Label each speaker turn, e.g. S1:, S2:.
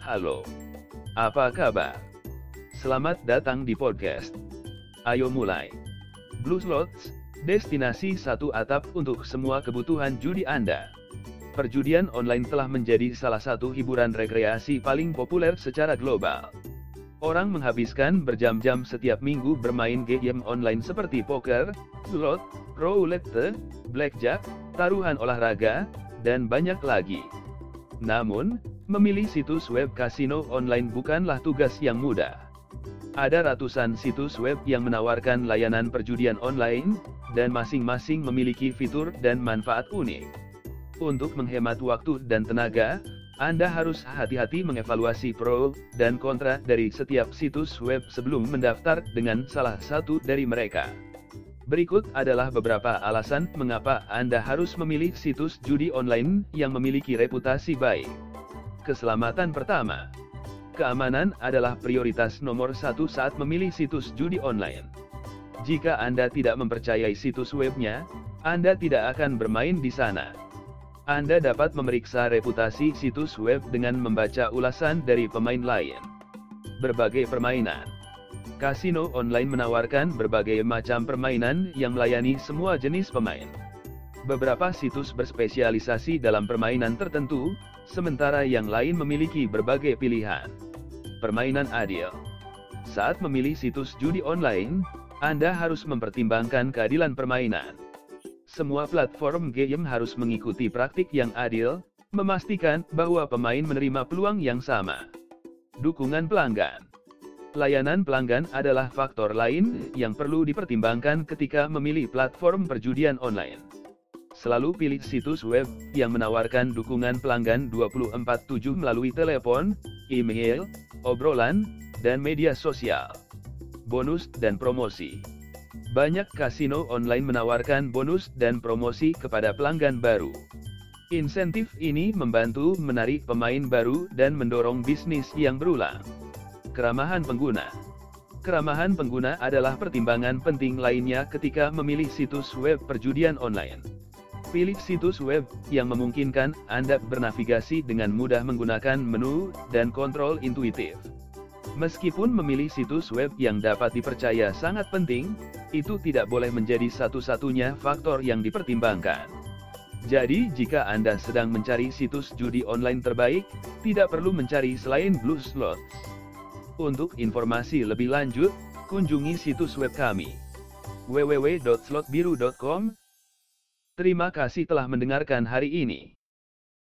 S1: Halo, apa kabar? Selamat datang di podcast. Ayo mulai. Blue Slots, destinasi satu atap untuk semua kebutuhan judi Anda. Perjudian online telah menjadi salah satu hiburan rekreasi paling populer secara global. Orang menghabiskan berjam-jam setiap minggu bermain game online seperti poker, slot, roulette, blackjack, taruhan olahraga, dan banyak lagi. Namun, memilih situs web kasino online bukanlah tugas yang mudah. Ada ratusan situs web yang menawarkan layanan perjudian online, dan masing-masing memiliki fitur dan manfaat unik. Untuk menghemat waktu dan tenaga, Anda harus hati-hati mengevaluasi pro dan kontra dari setiap situs web sebelum mendaftar dengan salah satu dari mereka. Berikut adalah beberapa alasan mengapa Anda harus memilih situs judi online yang memiliki reputasi baik. Keselamatan pertama. Keamanan adalah prioritas nomor satu saat memilih situs judi online. Jika Anda tidak mempercayai situs webnya, Anda tidak akan bermain di sana. Anda dapat memeriksa reputasi situs web dengan membaca ulasan dari pemain lain. Berbagai permainan. Kasino online menawarkan berbagai macam permainan yang melayani semua jenis pemain. Beberapa situs berspesialisasi dalam permainan tertentu, sementara yang lain memiliki berbagai pilihan. Permainan adil. Saat memilih situs judi online, Anda harus mempertimbangkan keadilan permainan. Semua platform game harus mengikuti praktik yang adil, memastikan bahwa pemain menerima peluang yang sama. Dukungan pelanggan. Layanan pelanggan adalah faktor lain yang perlu dipertimbangkan ketika memilih platform perjudian online. Selalu pilih situs web yang menawarkan dukungan pelanggan 24/7 melalui telepon, email, obrolan, dan media sosial. Bonus dan promosi. Banyak kasino online menawarkan bonus dan promosi kepada pelanggan baru. Insentif ini membantu menarik pemain baru dan mendorong bisnis yang berulang. Keramahan pengguna. Keramahan pengguna adalah pertimbangan penting lainnya ketika memilih situs web perjudian online. Pilih situs web yang memungkinkan Anda bernavigasi dengan mudah menggunakan menu dan kontrol intuitif. Meskipun memilih situs web yang dapat dipercaya sangat penting, itu tidak boleh menjadi satu-satunya faktor yang dipertimbangkan. Jadi, jika Anda sedang mencari situs judi online terbaik, tidak perlu mencari selain Blue Slots. Untuk informasi lebih lanjut, kunjungi situs web kami www.slotbiru.com. Terima kasih telah mendengarkan hari ini.